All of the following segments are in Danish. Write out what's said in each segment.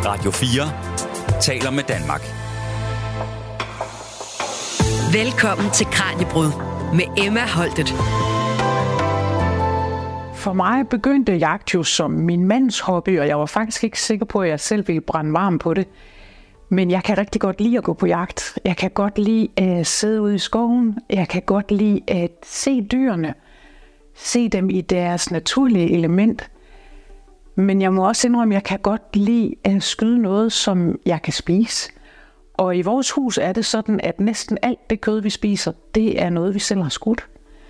Radio 4 taler med Danmark. Velkommen til Kraniebrud med Emma Holtet. For mig begyndte jagt jo som min mands hobby, og jeg var faktisk ikke sikker på, at jeg selv ville brænde varm på det. Men jeg kan rigtig godt lide at gå på jagt. Jeg kan godt lide at sidde ude i skoven. Jeg kan godt lide at se dyrene. Se dem i deres naturlige element. Men jeg må også indrømme, at jeg kan godt lide at skyde noget, som jeg kan spise. Og i vores hus er det sådan, at næsten alt det kød, vi spiser, det er noget, vi selv har skudt.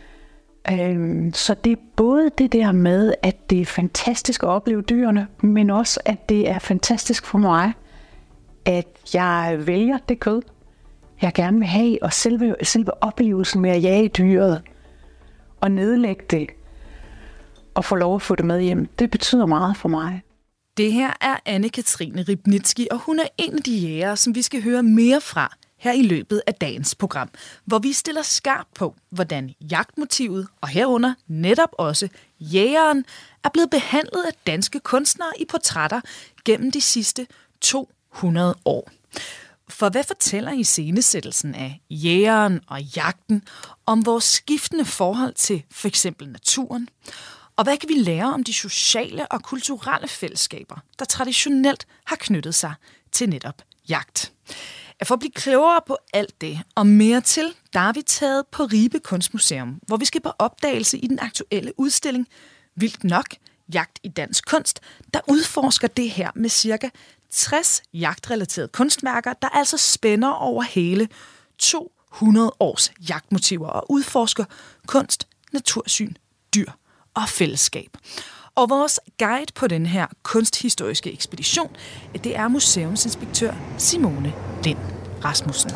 Så det er både det der med, at det er fantastisk at opleve dyrene, men også, at det er fantastisk for mig, at jeg vælger det kød, jeg gerne vil have, og selve oplevelsen med at jage dyret og nedlægge det og få lov at få det med hjem, det betyder meget for mig. Det her er Anne-Katrine Ribnitski, og hun er en af de jægere, som vi skal høre mere fra her i løbet af dagens program, hvor vi stiller skarpt på, hvordan jagtmotivet, og herunder netop også jægeren, er blevet behandlet af danske kunstnere i portrætter gennem de sidste 200 år. For hvad fortæller iscenesættelsen af jægeren og jagten om vores skiftende forhold til for eksempel naturen? Og hvad kan vi lære om de sociale og kulturelle fællesskaber, der traditionelt har knyttet sig til netop jagt? For at blive klogere på alt det og mere til, der er vi taget på Ribe Kunstmuseum, hvor vi skal på opdagelse i den aktuelle udstilling Vildt nok, jagt i dansk kunst, der udforsker det her med cirka 60 jagtrelaterede kunstværker, der altså spænder over hele 200 års jagtmotiver og udforsker kunst, natursyn, dyr og fællesskab. Og vores guide på den her kunsthistoriske ekspedition, det er museumsinspektør Simone Lind Rasmussen.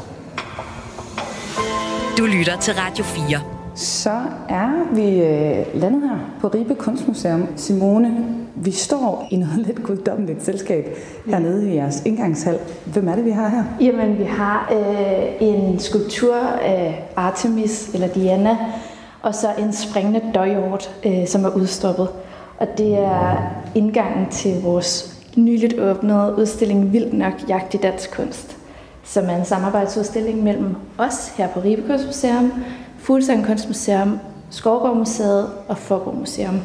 Du lytter til Radio 4. Så er vi landet her på Ribe Kunstmuseum. Simone, vi står i noget lidt guddommeligt selskab hernede i jeres indgangshal. Hvem er det, vi har her? Jamen, vi har en skulptur af Artemis eller Diana, og så en springende døjhjort, som er udstoppet. Og det er indgangen til vores nyligt åbnede udstilling Vildt nok, jagt i dansk kunst, som er en samarbejdsudstilling mellem os her på Ribe Kunstmuseum, Fuglsang Kunstmuseum, Skovgård Museet og Fåborg Museum.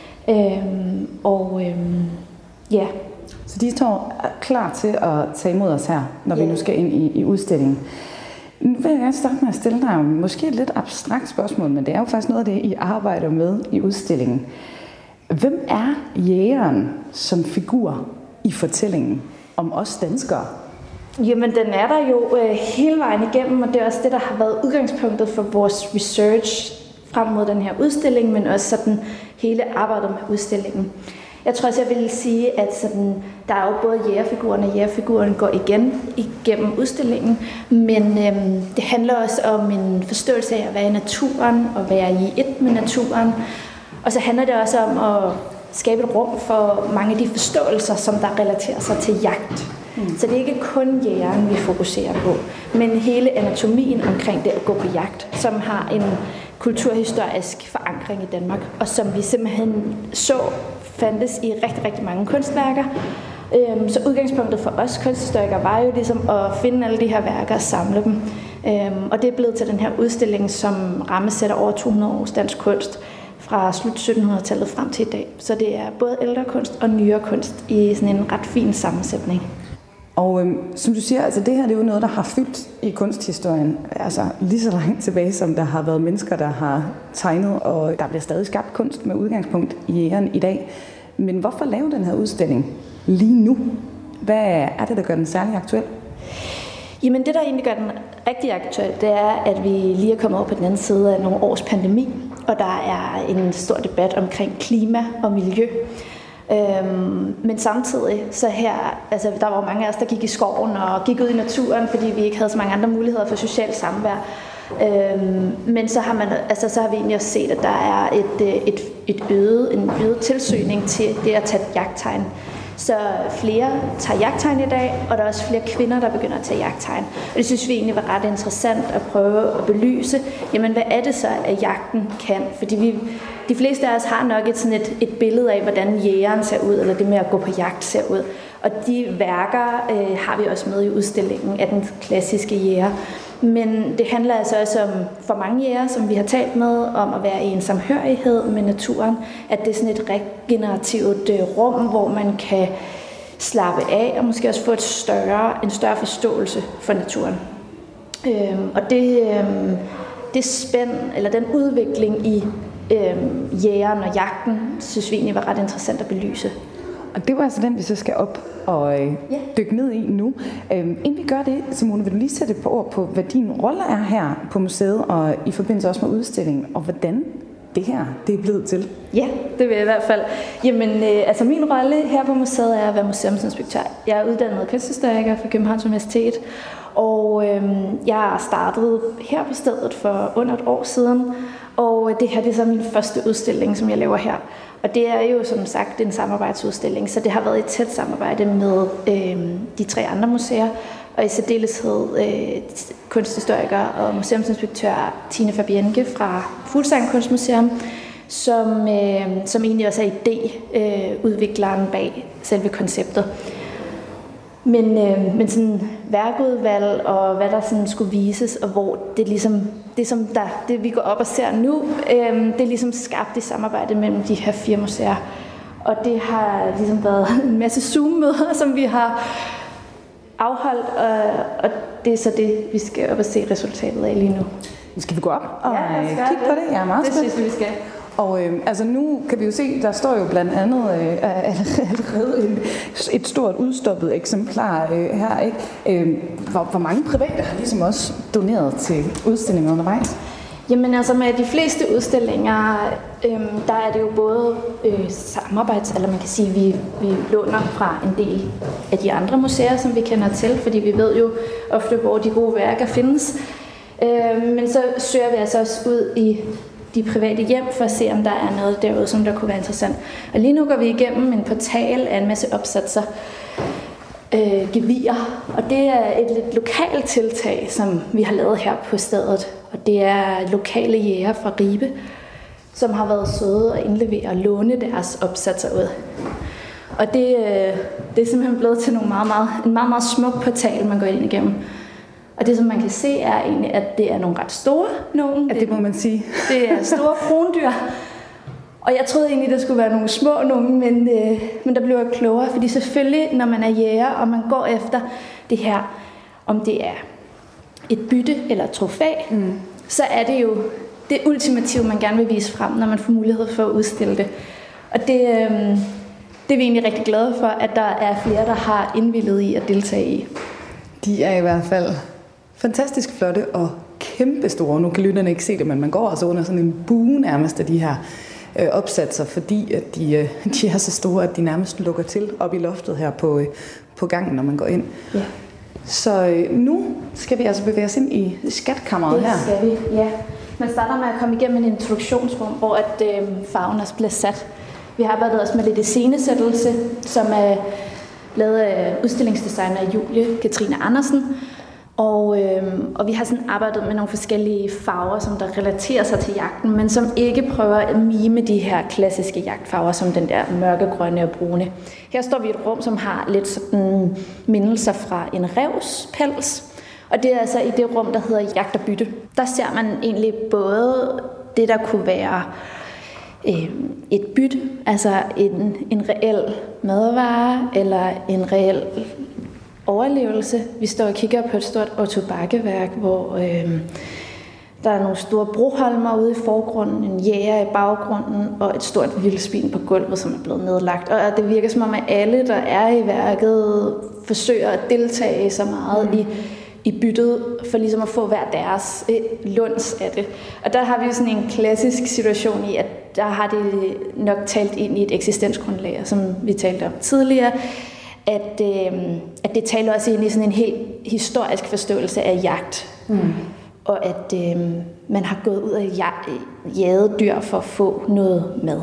Ja. Så de står klar til at tage imod os her, når vi nu skal ind i udstillingen. Nu vil jeg gerne starte med at stille dig måske et lidt abstrakt spørgsmål, men det er jo faktisk noget af det, I arbejder med i udstillingen. Hvem er jægeren som figur i fortællingen om os danskere? Jamen, den er der jo hele vejen igennem, og det er også det, der har været udgangspunktet for vores research frem mod den her udstilling, men også sådan hele arbejdet med udstillingen. Jeg tror også, jeg vil sige, at sådan, der er jo både jægerfiguren og jægerfiguren går igen igennem udstillingen, men det handler også om en forståelse af at være i naturen og være i et med naturen. Og så handler det også om at skabe et rum for mange af de forståelser, som der relaterer sig til jagt. Så det er ikke kun jægeren, vi fokuserer på, men hele anatomien omkring det at gå på jagt, som har en kulturhistorisk forankring i Danmark, og som vi simpelthen så fandtes i rigtig, rigtig mange kunstværker. Så udgangspunktet for os kunsthistorikere var jo ligesom at finde alle de her værker og samle dem. Og det er blevet til den her udstilling, som rammesætter over 200 års dansk kunst fra slut 1700-tallet frem til i dag. Så det er både ældre kunst og nyere kunst i sådan en ret fin sammensætning. Og som du siger, altså det her det er jo noget, der har fyldt i kunsthistorien. Altså lige så langt tilbage, som der har været mennesker, der har tegnet, og der bliver stadig skabt kunst med udgangspunkt i jægeren i dag. Men hvorfor lave den her udstilling lige nu? Hvad er det, der gør den særlig aktuel? Jamen det, der egentlig gør den rigtig aktuel, det er, at vi lige er kommet over på den anden side af nogle års pandemi, og der er en stor debat omkring klima og miljø. Men samtidig så her, altså der var mange af os, der gik i skoven og gik ud i naturen, fordi vi ikke havde så mange andre muligheder for socialt samvær. Men så har vi egentlig også set, at der er en øget tilsøgning til det at tage jagttegn. Så flere tager jagttegn i dag, og der er også flere kvinder, der begynder at tage jagttegn. Og det synes vi egentlig var ret interessant at prøve at belyse, jamen hvad er det så, at jagten kan? Fordi de fleste af os har nok et billede af, hvordan jægeren ser ud, eller det med at gå på jagt ser ud. Og de værker har vi også med i udstillingen af den klassiske jæger. Men det handler altså også om, for mange jægere, som vi har talt med, om at være i en samhørighed med naturen. At det er sådan et regenerativt rum, hvor man kan slappe af og måske også få en større forståelse for naturen. Og det spænd, eller den udvikling i jægeren og jagten, synes vi egentlig var ret interessant at belyse. Og det var altså den, vi så skal op og dykke ned i nu. Inden vi gør det, Simone, vil du lige sætte et par ord på, hvad din rolle er her på museet, og i forbindelse også med udstillingen, og hvordan det her det er blevet til? Ja, det vil jeg i hvert fald. Jamen, altså min rolle her på museet er at være museumsinspektør. Jeg er uddannet kunsthistoriker fra Københavns Universitet, og jeg startede her på stedet for under et år siden, og det her det er så min første udstilling, som jeg laver her. Og det er jo som sagt en samarbejdsudstilling, så det har været et tæt samarbejde med de 3 andre museer, og i særdeleshed kunsthistoriker og museumsinspektør Tine Fabienke fra Fuglsang Kunstmuseum, som egentlig også er idéudvikleren bag selve konceptet. Men sådan værkudvalg og hvad der sådan skulle vises, og hvor det ligesom det vi går op og ser nu, det er ligesom skabt i samarbejde mellem de her 4 museer. Og det har ligesom været en masse Zoom-møder, som vi har afholdt, og det er så det, vi skal op og se resultatet af lige nu. Skal vi gå op og kigge på det? Jeg er meget spændt. Det synes vi skal. Og altså nu kan vi jo se, der står jo blandt andet allerede et stort udstoppet eksemplar her, ikke? Hvor mange private har ligesom også doneret til udstillinger undervejs? Jamen altså med de fleste udstillinger, der er det jo både eller man kan sige, vi låner fra en del af de andre museer, som vi kender til, fordi vi ved jo ofte, hvor de gode værker findes. Men så søger vi altså også ud i de private hjem for at se, om der er noget derude, som der kunne være interessant. Og lige nu går vi igennem en portal af en masse opsatser, gevier, og det er et lidt lokalt tiltag, som vi har lavet her på stedet. Og det er lokale jæger fra Ribe, som har været søde og indlevere og låne deres opsatser ud. Og det er simpelthen blevet til en meget, meget smuk portal, man går ind igennem. Og det, som man kan se, er egentlig, at det er nogle ret store nogen. Ja, det må man sige. Det er store krondyr. Og jeg troede egentlig, der skulle være nogle små nogen, men der blev jeg klogere. Fordi selvfølgelig, når man er jæger, og man går efter det her, om det er et bytte eller et trofæ, så er det jo det ultimative, man gerne vil vise frem, når man får mulighed for at udstille det. Og det er vi egentlig rigtig glade for, at der er flere, der har indvilliget i at deltage i. De er i hvert fald fantastisk flotte og kæmpestore. Nu kan lytterne ikke se det, men man går altså under sådan en bue nærmest af de her opsatser, fordi at de er så store, at de nærmest lukker til op i loftet her på gangen, når man går ind. Ja. Så nu skal vi altså bevæge os ind i skatkammeret her. Det skal vi, ja. Man starter med at komme igennem en introduktionsrum, hvor at farven også bliver sat. Vi har arbejdet også med lidt iscenesættelse, som er lavet af udstillingsdesigner Julie Katrine Andersen. Og vi har sådan arbejdet med nogle forskellige farver, som der relaterer sig til jagten, men som ikke prøver at mime de her klassiske jagtfarver, som den der mørkegrønne og brune. Her står vi i et rum, som har lidt sådan mindelser fra en rævs pels. Og det er altså i det rum, der hedder jagt og bytte. Der ser man egentlig både det, der kunne være et bytte, altså en reel madvare eller en reel overlevelse. Vi står og kigger på et stort Otto Bakke-værk, hvor der er nogle store broholmer ude i forgrunden, en jæger i baggrunden og et stort vildsvin på gulvet, som er blevet nedlagt. Og det virker som om, at alle, der er i værket, forsøger at deltage så meget i byttet, for ligesom at få hver deres luns af det. Og der har vi jo sådan en klassisk situation i, at der har det nok talt ind i et eksistensgrundlag, som vi talte om tidligere, at det taler også ind i sådan en helt historisk forståelse af jagt. Og at man har gået ud og jaget dyr for at få noget mad.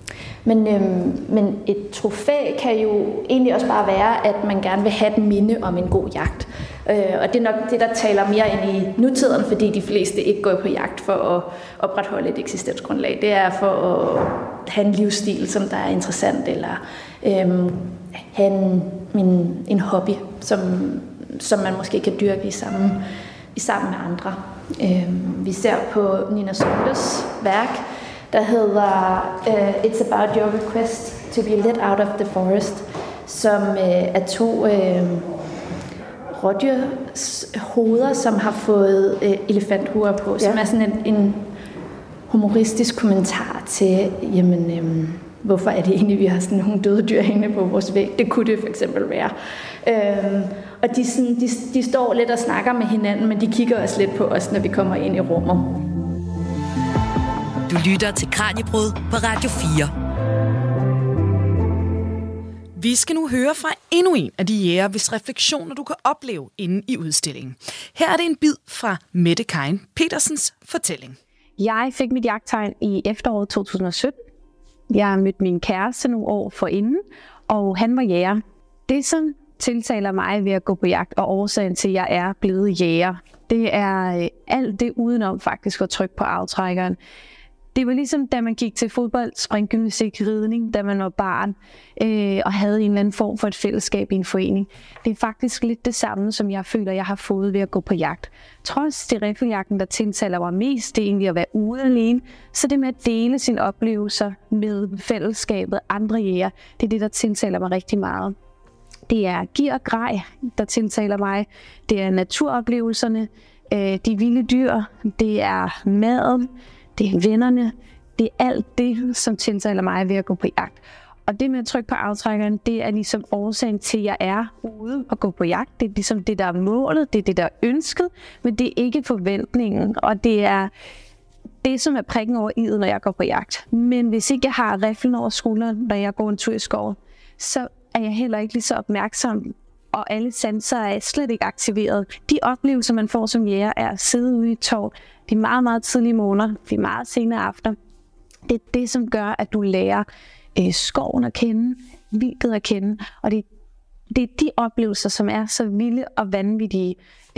Men et trofæ kan jo egentlig også bare være, at man gerne vil have et minde om en god jagt. Og det er nok det, der taler mere ind i nutiden, fordi de fleste ikke går på jagt for at opretholde et eksistensgrundlag. Det er for at have en livsstil, som der er interessant, eller have en hobby, som man måske kan dyrke sammen med andre. Vi ser på Nina Sondes værk, der hedder It's About Your Request to Be Let Out of the Forest, som er to rådyrhoveder, som har fået elefanthuer på, som er sådan en humoristisk kommentar til, hvorfor er det egentlig, vi har sådan nogle døde dyr hængende på vores væg? Det kunne det for eksempel være. Og de står lidt og snakker med hinanden, men de kigger også lidt på os, når vi kommer ind i rummet. Du lytter til Kraniebrud på Radio 4. Vi skal nu høre fra endnu en af de jæger, hvis refleksioner du kan opleve inde i udstillingen. Her er det en bid fra Mette Karin Petersens fortælling. Jeg fik mit jagttegn i efteråret 2017. Jeg mødte min kæreste nogle år forinden, og han var jæger. Det, som tiltaler mig ved at gå på jagt, og årsagen til, at jeg er blevet jæger, det er alt det udenom faktisk at trykke på aftrækkeren. Det var ligesom, da man gik til fodbold, springgymnastik, ridning, da man var barn, og havde en eller anden form for et fællesskab i en forening. Det er faktisk lidt det samme, som jeg føler, jeg har fået ved at gå på jagt. Trods det riffeljagten, der tiltaler mig mest, det er egentlig at være ude alene, så det med at dele sine oplevelser med fællesskabet, andre jæger, det er det, der tiltaler mig rigtig meget. Det er gir og grej, der tiltaler mig. Det er naturoplevelserne, de vilde dyr, det er maden, det er vennerne, det er alt det, som tiltaler mig ved at gå på jagt. Og det med at trykke på aftrækkeren, det er ligesom årsagen til, at jeg er ude og gå på jagt. Det er ligesom det, der er målet, det er det, der er ønsket, men det er ikke forventningen. Og det er det, som er prikken over i'et, når jeg går på jagt. Men hvis ikke jeg har riflen over skulderen, når jeg går en tur i skoven, så er jeg heller ikke lige så opmærksom, og alle sanser er slet ikke aktiveret. De oplevelser, man får som jæger, er at sidde ude i et tov. Det er meget, meget tidlige måneder, det er meget senere aftener. Det er det, som gør, at du lærer skoven at kende, vildtet at kende, og det er de oplevelser, som er så vilde og vanvittige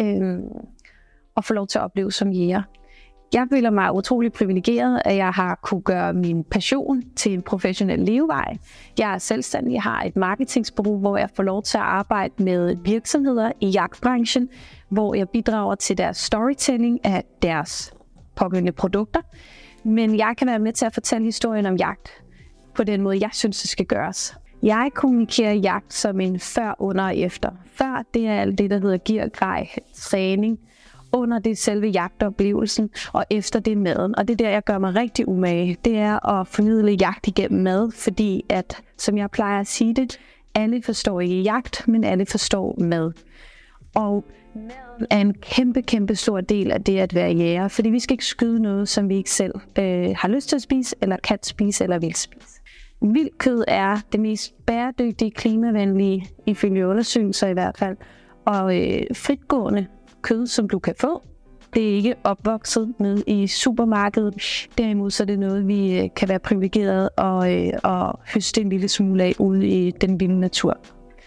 at få lov til at opleve som jæger. Jeg føler mig utrolig privilegeret, at jeg har kunne gøre min passion til en professionel levevej. Jeg er selvstændig, jeg har et marketingsbureau, hvor jeg får lov til at arbejde med virksomheder i jagtbranchen, hvor jeg bidrager til deres storytelling af deres pågældende produkter. Men jeg kan være med til at fortælle historien om jagt på den måde, jeg synes, det skal gøres. Jeg kommunikerer jagt som en før, under og efter. Før, det er alt det, der hedder gir, grej, træning. Under det selve jagtoplevelsen, og efter det maden. Og det der, jeg gør mig rigtig umage, det er at formidle jagt igennem mad, fordi at, som jeg plejer at sige det, alle forstår ikke jagt, men alle forstår mad. Og maden er en kæmpe, kæmpe stor del af det at være jæger, fordi vi skal ikke skyde noget, som vi ikke selv har lyst til at spise, eller kan spise, eller vil spise. Vildkød er det mest bæredygtige, klimavenlige, ifølge undersøgelser i hvert fald, og fritgående kød, som du kan få. Det er ikke opvokset nede i supermarkedet. Derimod så er det noget, vi kan være privilegeret og høste en lille smule af ude i den vilde natur.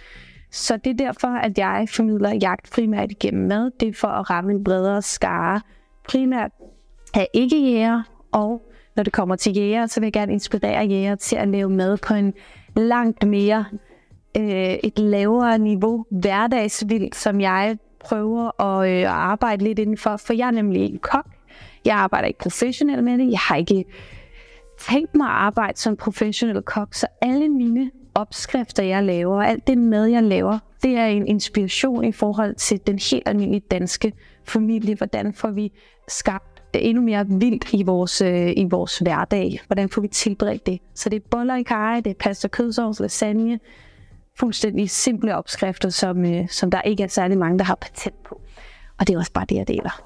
Så det er derfor, at jeg formidler jagt primært igennem mad. Det er for at ramme en bredere skare. Primært af ikke-jæger, og når det kommer til jæger, så vil jeg gerne inspirere jæger til at lave mad på en langt mere et lavere niveau, hverdagsvildt, som jeg prøver at arbejde lidt indenfor, for jeg er nemlig ikke kok. Jeg arbejder ikke professionelt med det. Jeg har ikke tænkt mig at arbejde som professionel kok, så alle mine opskrifter, jeg laver, alt det mad, jeg laver, det er en inspiration i forhold til den helt almindelige danske familie. Hvordan får vi skabt endnu mere vildt i vores hverdag? Hvordan får vi tilberedt det? Så det er boller i karry, det er pasta, kødsovs, lasagne, fuldstændig simple opskrifter, som der ikke er særlig mange, der har patent på. Og det er også bare det, jeg deler.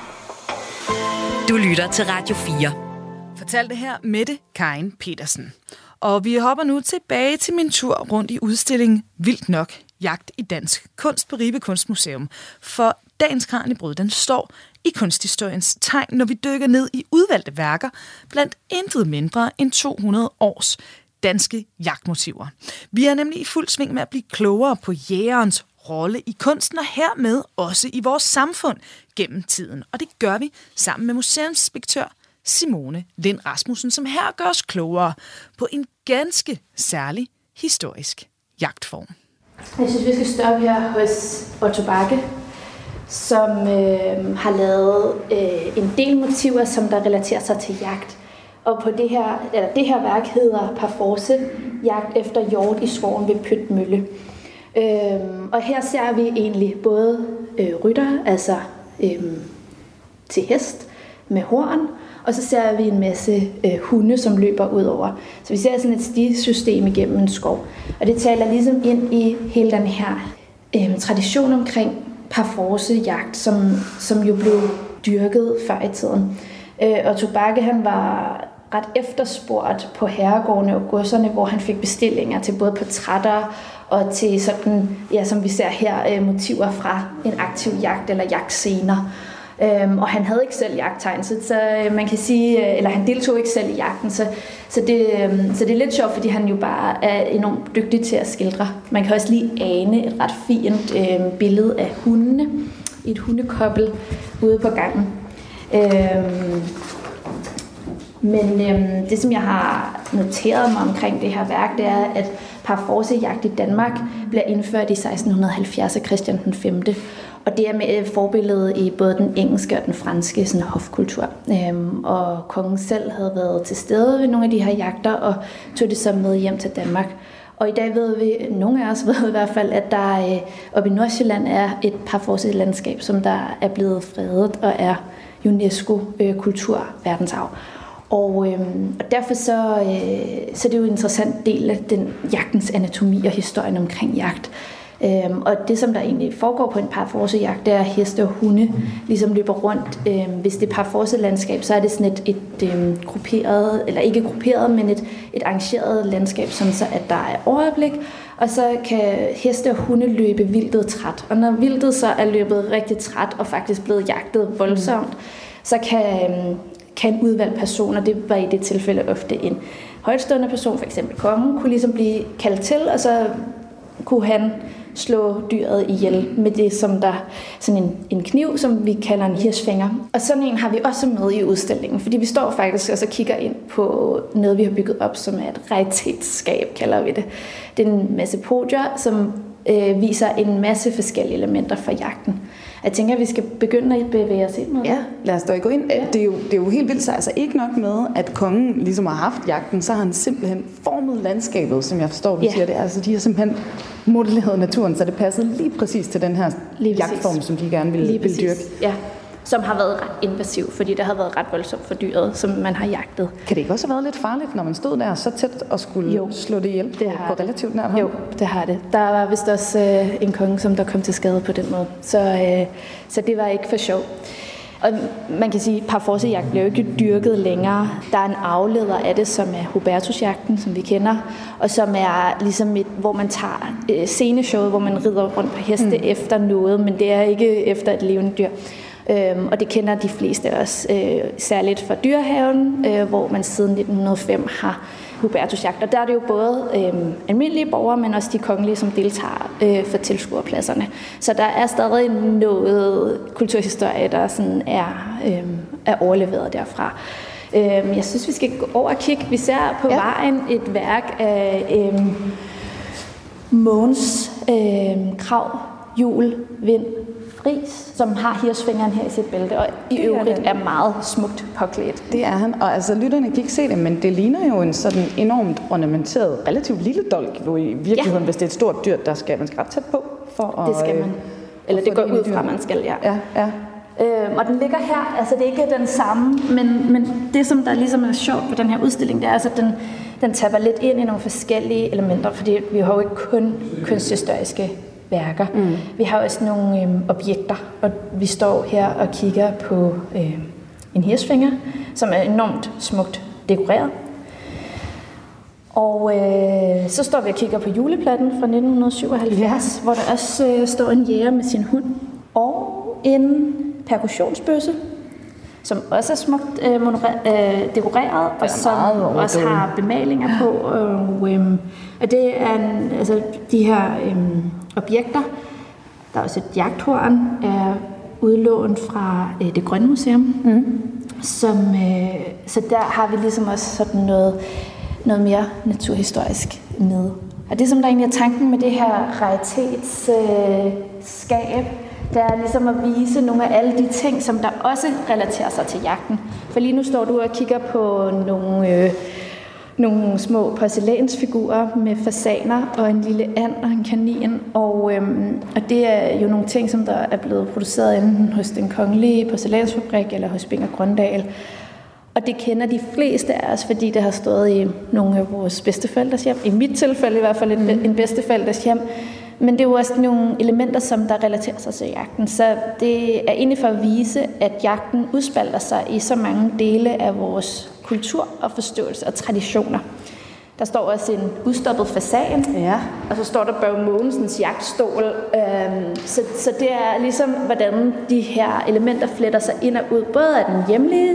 Du lytter til Radio 4. Fortalte her Mette Karin Petersen. Og vi hopper nu tilbage til min tur rundt i udstillingen Vildt nok, jagt i dansk kunst på Ribe Kunstmuseum. For dagens Kraniebrud, den står i kunsthistoriens tegn, når vi dykker ned i udvalgte værker, blandt intet mindre end 200 års danske jagtmotiver. Vi er nemlig i fuld sving med at blive klogere på jægerens rolle i kunsten og hermed også i vores samfund gennem tiden. Og det gør vi sammen med museumsinspektør Simone Lind Rasmussen, som her gør os klogere på en ganske særlig historisk jagtform. Jeg synes, vi skal stoppe her hos Otto Bakke, som har lavet en del motiver, som der relaterer sig til jagt. Og på det her værk hedder Parforce, jagt efter hjort i skoven ved Pyt Mølle. Og her ser vi egentlig både rytter, altså til hest med horn, og så ser vi en masse hunde, som løber ud over. Så vi ser sådan et stisystem igennem en skov. Og det taler ligesom ind i hele den her tradition omkring parforcejagt, som jo blev dyrket før i tiden. Otto Bakke, han var ret efterspurgt på herregårdene og godserne, hvor han fik bestillinger til både portrætter og til sådan, ja, som vi ser her, motiver fra en aktiv jagt eller jagtscener. Og han havde ikke selv jagttegn, så man kan sige, eller han deltog ikke selv i jagten, så det er lidt sjovt, fordi han jo bare er enormt dygtig til at skildre. Man kan også lige ane et ret fint billede af hundene i et hundekobbel ude på gangen. Men det, som jeg har noteret mig omkring det her værk, det er, at parforcejagt i Danmark bliver indført i 1670 af Christian den 5. Og det er med forbillede i både den engelske og den franske sådan, hofkultur. Og kongen selv havde været til stede ved nogle af de her jagter og tog det så med hjem til Danmark. Og i dag ved vi, nogle af os ved i hvert fald, at der oppe i Nordsjælland er et parforcelandskab, som der er blevet fredet og er UNESCO-kulturverdensarv. Og derfor så er det jo en interessant del af den jagtens anatomi og historien omkring jagt. Og det, som der egentlig foregår på en parforcejagt, det er, at heste og hunde ligesom løber rundt. Hvis det er parforcelandskab, så er det sådan et grupperet, eller ikke grupperet, men et arrangeret landskab, sådan så at der er overblik. Og så kan heste og hunde løbe vildtet træt. Og når vildtet så er løbet rigtig træt og faktisk blevet jagtet voldsomt, så kan en udvalgt person, og det var i det tilfælde ofte en højtstående person, f.eks. kongen, kunne ligesom blive kaldt til, og så kunne han slå dyret ihjel med det, som der sådan en kniv, som vi kalder en hirschfænger. Og sådan en har vi også med i udstillingen, fordi vi står faktisk og så kigger ind på noget, vi har bygget op, som er et raritetsskab, kalder vi det. Det er en masse podier, som viser en masse forskellige elementer fra jagten. Jeg tænker, at vi skal begynde at bevæge os ind med det. Ja, lad os da gå ind. Ja. Det er jo helt vildt, så altså ikke nok med, at kongen ligesom har haft jagten, så har han simpelthen formet landskabet, som jeg forstår, du siger det. Altså de har simpelthen modelleret naturen, så det passede lige præcis til den her jagtform, som de gerne ville dyrke. Ja, som har været ret invasiv, fordi det har været ret voldsomt for dyret, som man har jagtet. Kan det ikke også have været lidt farligt, når man stod der så tæt og skulle slå det ihjel på relativt nært hold? Jo, det har det. Der var vist også en konge, som der kom til skade på den måde. Så det var ikke for sjov. Og man kan sige, at parforcejagt bliver jo ikke dyrket længere. Der er en afleder af det, som er Hubertusjagten, som vi kender, og som er ligesom hvor man tager sceneshowet, hvor man rider rundt på heste efter noget, men det er ikke efter et levende dyr. Og det kender de fleste også, særligt fra Dyrehaven, hvor man siden 1905 har Hubertusjagt. Og der er det jo både almindelige borgere, men også de kongelige, som deltager for tilskuerpladserne. Så der er stadig noget kulturhistorie, der sådan er overleveret derfra. Jeg synes, vi skal gå over og kigge. Vi ser på vejen et værk af Mogens Krag, Jul, Vind, Friis, som har hirschfængeren her i sit bælte, og i øvrigt er meget smukt påklædt. Det er han, og altså lytterne kan ikke se det, men det ligner jo en sådan enormt ornamenteret, relativt lille dolk, jo i virkeligheden, hvis det er et stort dyr, man skal ret tæt på. Det skal man. Eller det går ud fra, man skal, ja. Og den ligger her, altså det er ikke den samme, men det, som der ligesom er sjovt ved den her udstilling, det er altså, at den tapper lidt ind i nogle forskellige elementer, fordi vi har jo ikke kun kunsthistoriske værker. Vi har også nogle objekter, og vi står her og kigger på en hirschfænger, som er enormt smukt dekoreret. Og så står vi og kigger på juleplatten fra 1977, hvor der også står en jæger med sin hund, og en perkussionsbøsse, som også er smukt dekoreret, og som også har bemalinger på. Og det er altså de her objekter Der er også et jagthorn af udlånt fra det Grønne Museum, så der har vi ligesom også sådan noget mere naturhistorisk med. Og det, som der egentlig er tanken med det her raritetsskab, det er ligesom at vise nogle af alle de ting, som der også relaterer sig til jagten. For lige nu står du og kigger på nogle små porcelænsfigurer med fasaner og en lille and og en kanin. Og det er jo nogle ting, som der er blevet produceret enten hos den kongelige porcelænsfabrik eller hos Bing & Grøndal. Og det kender de fleste af os, fordi det har stået i nogle af vores bedsteforældres hjem. I mit tilfælde i hvert fald en bedsteforældres hjem. Men det er jo også nogle elementer, som der relaterer sig til jagten. Så det er egentlig for at vise, at jagten udspalter sig i så mange dele af vores kultur og forståelse og traditioner. Der står også en udstoppet fasan, og så står der Børge Mogensens jagtstol. Så det er ligesom, hvordan de her elementer fletter sig ind og ud, både af den hjemlige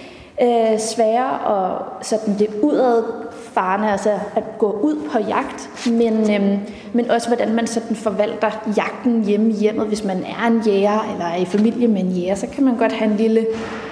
sfære og sådan det udadfarende, altså at gå ud på jagt, men også hvordan man sådan forvalter jagten hjemme i hjemmet. Hvis man er en jæger eller er i familie med en jæger, så kan man godt have en lille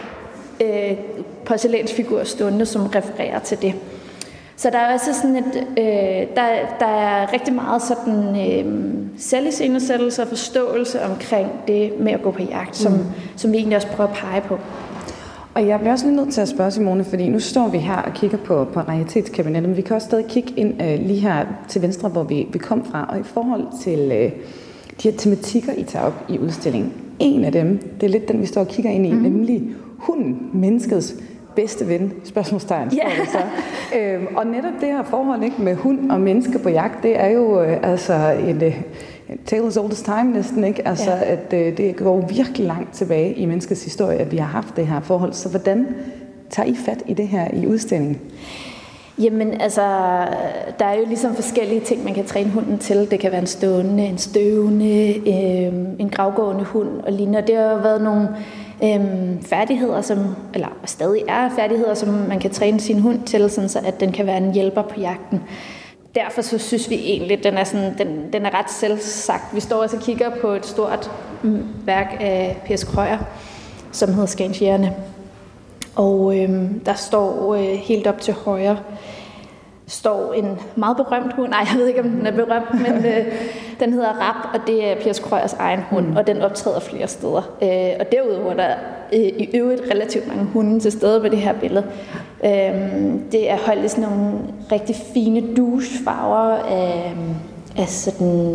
porcelænsfigur stående, som refererer til det. Så der er også sådan der er rigtig meget sådan selviscenesættelse og forståelse omkring det med at gå på jagt, som vi egentlig også prøver at pege på. Og jeg bliver også lige nødt til at spørge Simone, fordi nu står vi her og kigger på raritetskabinettet, men vi kan også stadig kigge ind lige her til venstre, hvor vi kom fra. Og i forhold til de her tematikker, I tager op i udstillingen, en af dem, det er lidt den, vi står og kigger ind i, nemlig hunden, menneskets bedste ven, spørgsmålstegn. Yeah. Og netop det her forhold ikke, med hund og menneske på jagt, det er jo en tale as old as time næsten, ikke? Altså, at det går virkelig langt tilbage i menneskets historie, at vi har haft det her forhold. Så hvordan tager I fat i det her i udstillingen? Jamen, altså, der er jo ligesom forskellige ting, man kan træne hunden til. Det kan være en stående, en støvende, en gravgående hund og lignende. Det har jo været nogle færdigheder, eller stadig er færdigheder, som man kan træne sin hund til, sådan så at den kan være en hjælper på jagten. Derfor så synes vi egentlig, at den er ret selvsagt. Vi står også og kigger på et stort værk af P.S. Krøyer, som hedder Skansjægerne. Og der står helt op til højre, står en meget berømt hund. Nej, jeg ved ikke, om den er berømt, men den hedder Rap, og det er P.S. Krøyers egen hund, og den optræder flere steder. Og derudover der i øvrigt relativt mange hunde til stede på det her billede. Det er holdt i sådan nogle rigtig fine douchefarver af sådan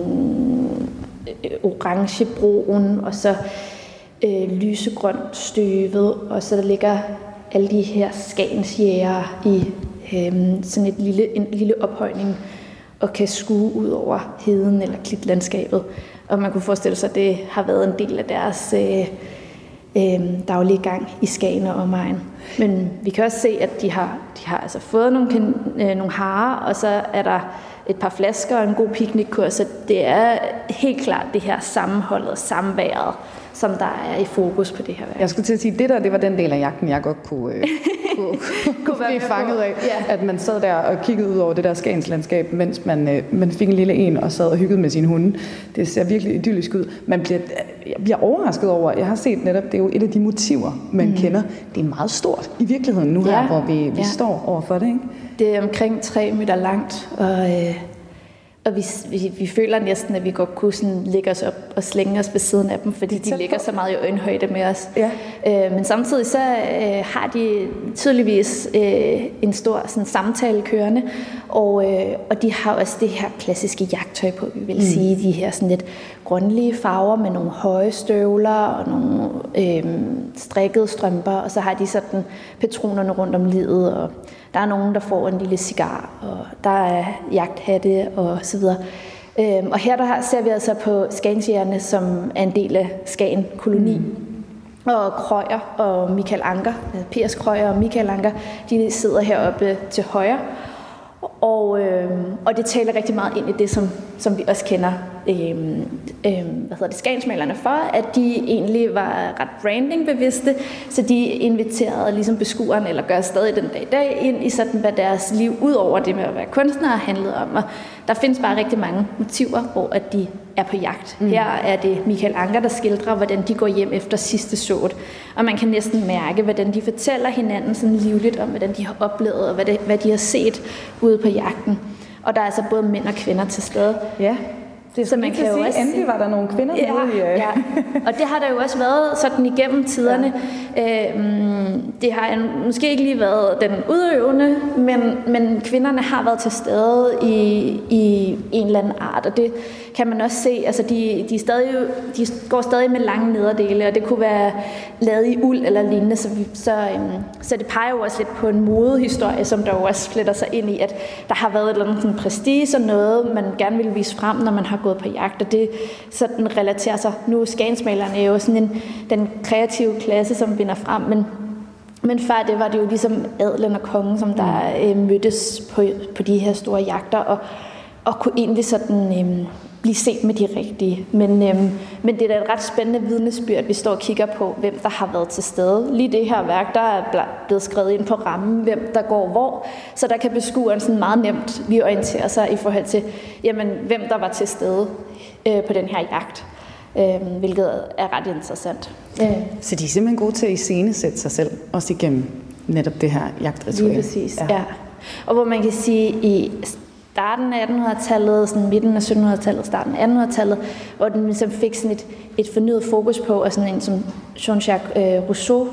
orangebrun, og så lysegrønt støvet, og så der ligger alle de her skagensjægere i sådan en lille ophøjning og kan skue ud over heden eller klitlandskabet. Og man kunne forestille sig, at det har været en del af deres daglige gang i Skagen og omegn. Men vi kan også se, at de har altså fået nogle harer, og så er der et par flasker og en god piknikkur, så det er helt klart det her sammenholdet og samværet, som der er i fokus på det her værk. Jeg skulle til at sige, det var den del af jagten, jeg godt kunne blive fanget af. Ja. At man sad der og kiggede ud over det der Skagenslandskab, mens man fik en lille en og sad og hyggede med sine hunde. Det ser virkelig idyllisk ud. Jeg bliver overrasket over, jeg har set netop, det er jo et af de motiver, man kender. Det er meget stort i virkeligheden nu her, hvor vi står overfor det, ikke? Det er omkring 3 meter langt, og vi føler næsten, at vi godt kunne sådan lægge os op og slænge os ved siden af dem, fordi de ligger så meget i øjenhøjde med os. Ja. Men samtidig så har de tydeligvis en stor sådan, samtale kørende, og de har også det her klassiske jagttøj på, vi vil sige, de her sådan lidt grønlige farver med nogle høje støvler og nogle strikkede strømper, og så har de sådan patronerne rundt om livet, og der er nogen, der får en lille cigar, og der er jagthatte og så videre. Og her ser vi altså på Skagensjægerne, som er en del af Skagen koloni. Og Krøyer og Michael Anker, P.S. Krøyer og Michael Anker, de sidder heroppe til højre. Og det taler rigtig meget ind i det, som vi også kender skagensmalerne for, at de egentlig var ret brandingbevidste, så de inviterede ligesom beskueren, eller gør stadig den dag i dag, ind i sådan, hvad deres liv, ud over det med at være kunstnere, handlede om at Der findes bare rigtig mange motiver, hvor at de er på jagt. Her er det Michael Ancher, der skildrer, hvordan de går hjem efter sidste sået. Og man kan næsten mærke, hvordan de fortæller hinanden sådan livligt om, hvordan de har oplevet, og hvad de har set ude på jagten. Og der er altså både mænd og kvinder til stede. Ja. Det så man kan jo også endelig var der nogle kvinder ude i. Ja. Og det har der jo også været sådan igennem tiderne. Ja. Det har måske ikke lige været den udøvende, men kvinderne har været til stede i en eller anden art, og det kan man også se. Altså de går stadig med lange nederdele, og det kunne være lavet i uld eller lignende, så det peger jo også lidt på en modehistorie, som der jo også fletter sig ind i, at der har været et eller andet sådan prestige og noget, man gerne vil vise frem, når man har gået på jagt, og det sådan relaterer sig. Nu skagensmalerne er jo sådan den kreative klasse, som vinder frem, men før det var det jo ligesom adelen og kongen, som der mødtes på de her store jagter, og kunne egentlig sådan blive set med de rigtige. Men det er da et ret spændende vidnesbyrd, vi står og kigger på, hvem der har været til stede. Lige det her værk, der er blevet skrevet ind på rammen, hvem der går hvor, så der kan beskueren sådan meget nemt lige orientere sig i forhold til, jamen, hvem der var til stede på den her jagt. Hvilket er ret interessant. Så de er simpelthen gode til at iscenesætte sig selv, også igennem netop det her jagtritual. Lige præcis, ja. Og hvor man kan sige, i starten af 1800-tallet, sådan midten af 1700-tallet, starten af 1800-tallet, hvor den ligesom fik sådan et fornyet fokus på, og sådan en som Jean-Jacques Rousseau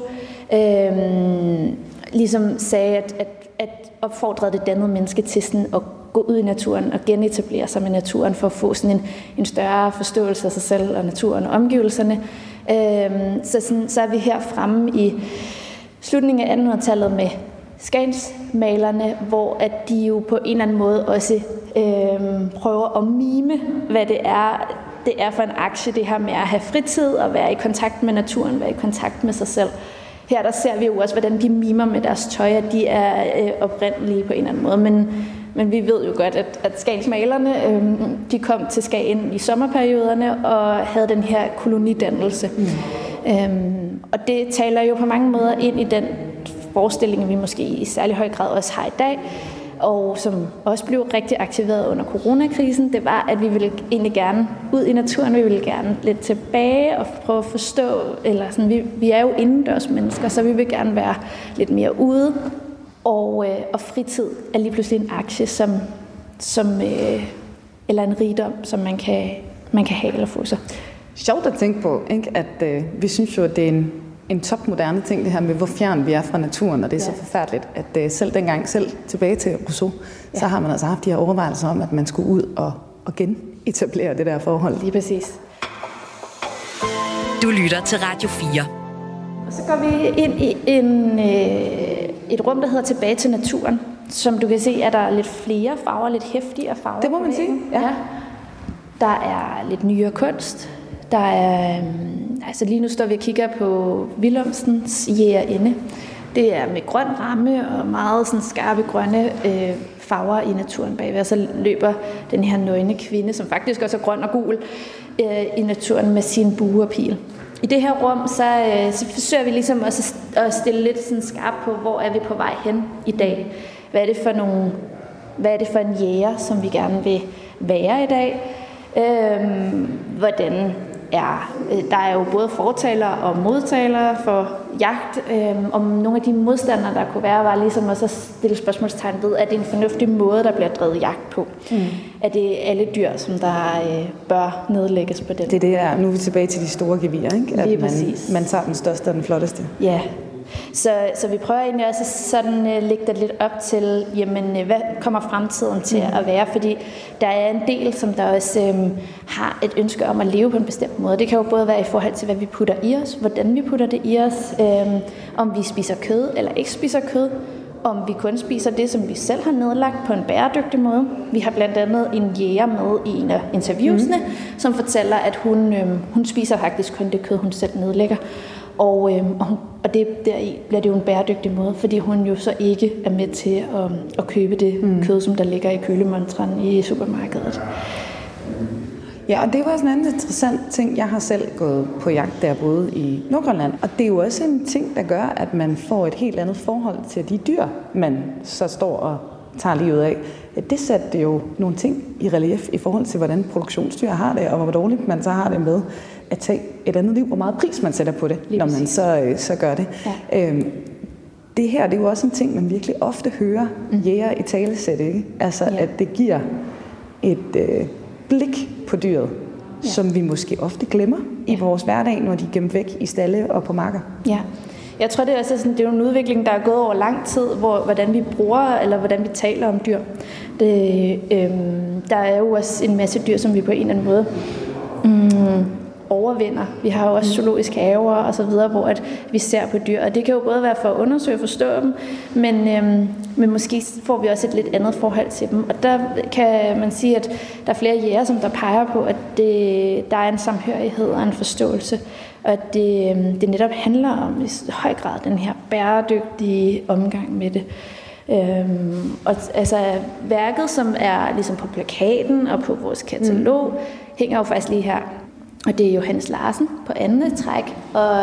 ligesom sagde, at opfordrede det dannede menneske til sådan at gå ud i naturen og genetablere sig med naturen for at få sådan en større forståelse af sig selv og naturen og omgivelserne. Så er vi her fremme i slutningen af 1800-tallet med skagensmalerne, hvor at de jo på en eller anden måde også prøver at mime, hvad det er for en aktie, det her med at have fritid og være i kontakt med naturen, være i kontakt med sig selv. Her der ser vi jo også, hvordan de mimer med deres tøj, at de er oprindelige på en eller anden måde, men vi ved jo godt, at skagensmalerne, de kom til Skagen i sommerperioderne og havde den her kolonidannelse. Og det taler jo på mange måder ind i den forestilling, vi måske i særlig høj grad også har i dag, og som også blev rigtig aktiveret under coronakrisen, det var, at vi ville egentlig gerne ud i naturen, vi ville gerne lidt tilbage og prøve at forstå, eller sådan, vi er jo indendørs mennesker, så vi vil gerne være lidt mere ude, og fritid er lige pludselig en aktie, eller en rigdom, som man kan have eller få sig. Sjovt at tænke på, ikke? At vi synes jo, at det er en topmoderne ting, det her med, hvor fjern vi er fra naturen, og det er så forfærdeligt, at selv tilbage til Rousseau, så har man altså haft de her overvejelser om, at man skulle ud og genetablere det der forhold. Lige præcis. Du lytter til Radio 4. Og så går vi ind i et rum, der hedder Tilbage til naturen. Som du kan se, er der lidt flere farver, lidt heftigere farver. Det må man sige, ja. Der er lidt nyere kunst. Der er, altså lige nu står vi og kigger på Willumsens Jægerinde. Det er med grøn ramme og meget sådan skarpe grønne farver i naturen bagved. Og så løber den her nøgne kvinde, som faktisk også er grøn og gul, i naturen med sin bue og pil. I det her rum, så forsøger vi ligesom også at stille lidt sådan skarpt på, hvor er vi på vej hen i dag. Hvad er det for en jæger, som vi gerne vil være i dag? Der er jo både fortalere og modtalere for jagt, om nogle af de modstandere, der kunne være, var ligesom også at stille spørgsmålstegn ved, at det er en fornuftig måde, der bliver drevet jagt på. Er det alle dyr, som der bør nedlægges på den? Det er nu er vi tilbage til de store gevirer, ikke? At man tager den største og den flotteste. Ja. Så vi prøver egentlig også sådan lægge det lidt op til, jamen, hvad kommer fremtiden til at være? Fordi der er en del, som der også har et ønske om at leve på en bestemt måde. Det kan jo både være i forhold til, hvad vi putter i os, hvordan vi putter det i os, om vi spiser kød eller ikke spiser kød, om vi kun spiser det, som vi selv har nedlagt på en bæredygtig måde. Vi har blandt andet en jæger med i en af interviewsene, som fortæller, at hun spiser faktisk kun det kød, hun selv nedlægger. Og deri bliver det jo en bæredygtig måde, fordi hun jo så ikke er med til at købe det kød, som der ligger i kølemontren i supermarkedet. Ja, og det var sådan en anden interessant ting. Jeg har selv gået på jagt, der boede i Nordgrønland. Og det er jo også en ting, der gør, at man får et helt andet forhold til de dyr, man så står tager livet af. Det satte jo nogle ting i relief i forhold til, hvordan produktionsdyr har det, og hvor dårligt man så har det med at tage et andet liv, hvor meget pris man sætter på det, når man så gør det. Ja. Det her, det er jo også en ting, man virkelig ofte hører jæger i talesæt, ikke? Altså, at det giver et blik på dyret, som vi måske ofte glemmer i vores hverdag, når de er gemt væk i stalde og på marker. Ja. Jeg tror, det er også sådan, det er en udvikling, der er gået over lang tid, hvordan vi bruger, eller hvordan vi taler om dyr. Der er jo også en masse dyr, som vi på en eller anden måde overvinder. Vi har jo også zoologiske haver og så videre, hvor at vi ser på dyr, og det kan jo både være for at undersøge og forstå dem, men måske får vi også et lidt andet forhold til dem. Og der kan man sige, at der er flere jæger, som der peger på, at der er en samhørighed og en forståelse, og at det netop handler om i høj grad den her bæredygtige omgang med det. Og altså værket, som er ligesom på plakaten og på vores katalog, hænger jo faktisk lige her. Og det er Johannes Larsen på andet træk, og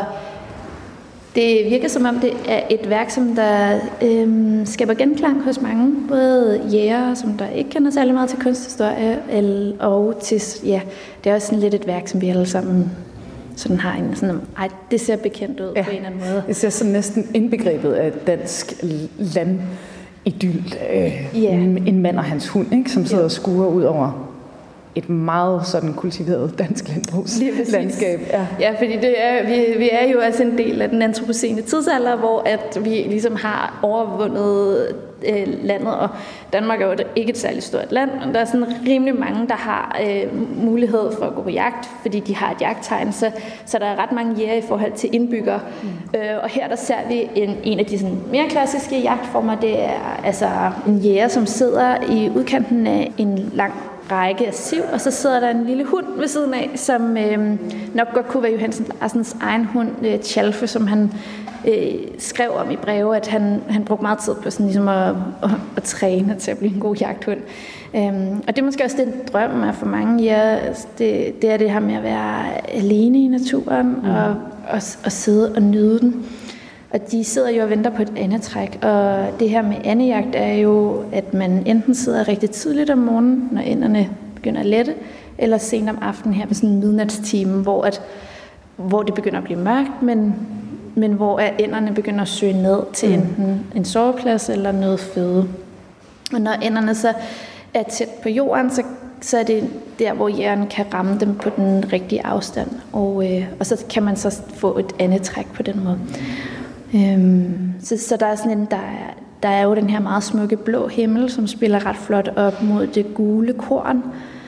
det virker som om det er et værk, som der skaber genklang hos mange, både jægere, som der ikke kender særlig meget til kunsthistorie, og til, det er også sådan lidt et værk, som vi alle sammen sådan har en sådan, det ser bekendt ud på en eller anden måde. Det ser sådan næsten indbegrebet af dansk landidyl. En mand og hans hund, ikke, som sidder og skuer ud over et meget sådan kultiveret dansk landskab. Ja, fordi vi er jo også en del af den antropocene tidsalder, hvor at vi ligesom har overvundet landet, og Danmark er jo ikke et særligt stort land, og der er sådan rimelig mange, der har mulighed for at gå på jagt, fordi de har et jagttegn, så der er ret mange jæger i forhold til indbyggere. Og her der ser vi en af de sådan mere klassiske jagtformer, det er altså en jæger, som sidder i udkanten af en lang række af siv, og så sidder der en lille hund ved siden af, som nok godt kunne være Johannes Larsens egen hund, Tjalfe, som han skrev om i breve, at han brugte meget tid på sådan ligesom at træne til at blive en god jagthund. Og det er måske også den drøm af for mange. Det er det her med at være alene i naturen og sidde og nyde den. Og de sidder jo og venter på et andetræk, og det her med andejagt er jo, at man enten sidder rigtig tidligt om morgenen, når ænderne begynder at lette, eller sent om aftenen her ved sådan en midnatstime, hvor det begynder at blive mørkt, men hvor ænderne begynder at søge ned til enten en soveplads eller noget føde. Og når ænderne så er tæt på jorden, så er det der, hvor jægeren kan ramme dem på den rigtige afstand, og så kan man så få et andetræk på den måde. Så der er sådan der er jo den her meget smukke blå himmel, som spiller ret flot op mod det gule korn.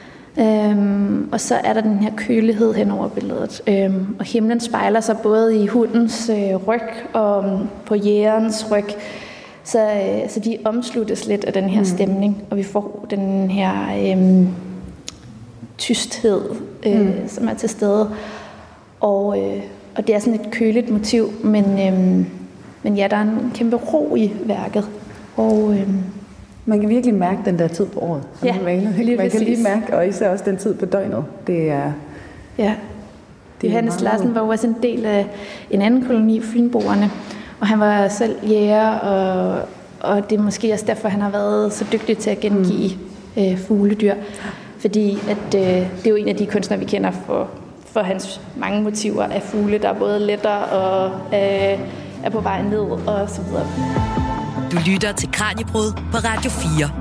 Og så er der den her kølighed hen over billedet. Og himlen spejler sig både i hundens ryg og på jægerens ryg. Så de omsluttes lidt af den her stemning, og vi får den her tysthed, som er til stede. Og det er sådan et køligt motiv, men ja, der er en kæmpe ro i værket. Og man kan virkelig mærke den der tid på året. Man kan lige mærke, og især også den tid på døgnet. Det er Johannes Larsen var jo også en del af en anden koloni, Fynboerne, og han var selv jæger, og det er måske også derfor, han har været så dygtig til at gengive fugledyr. Fordi at, det er jo en af de kunstnere, vi kender for hans mange motiver af fugle, der både letter og er på vej ned og så videre. Du lytter til Kraniebrud på Radio 4.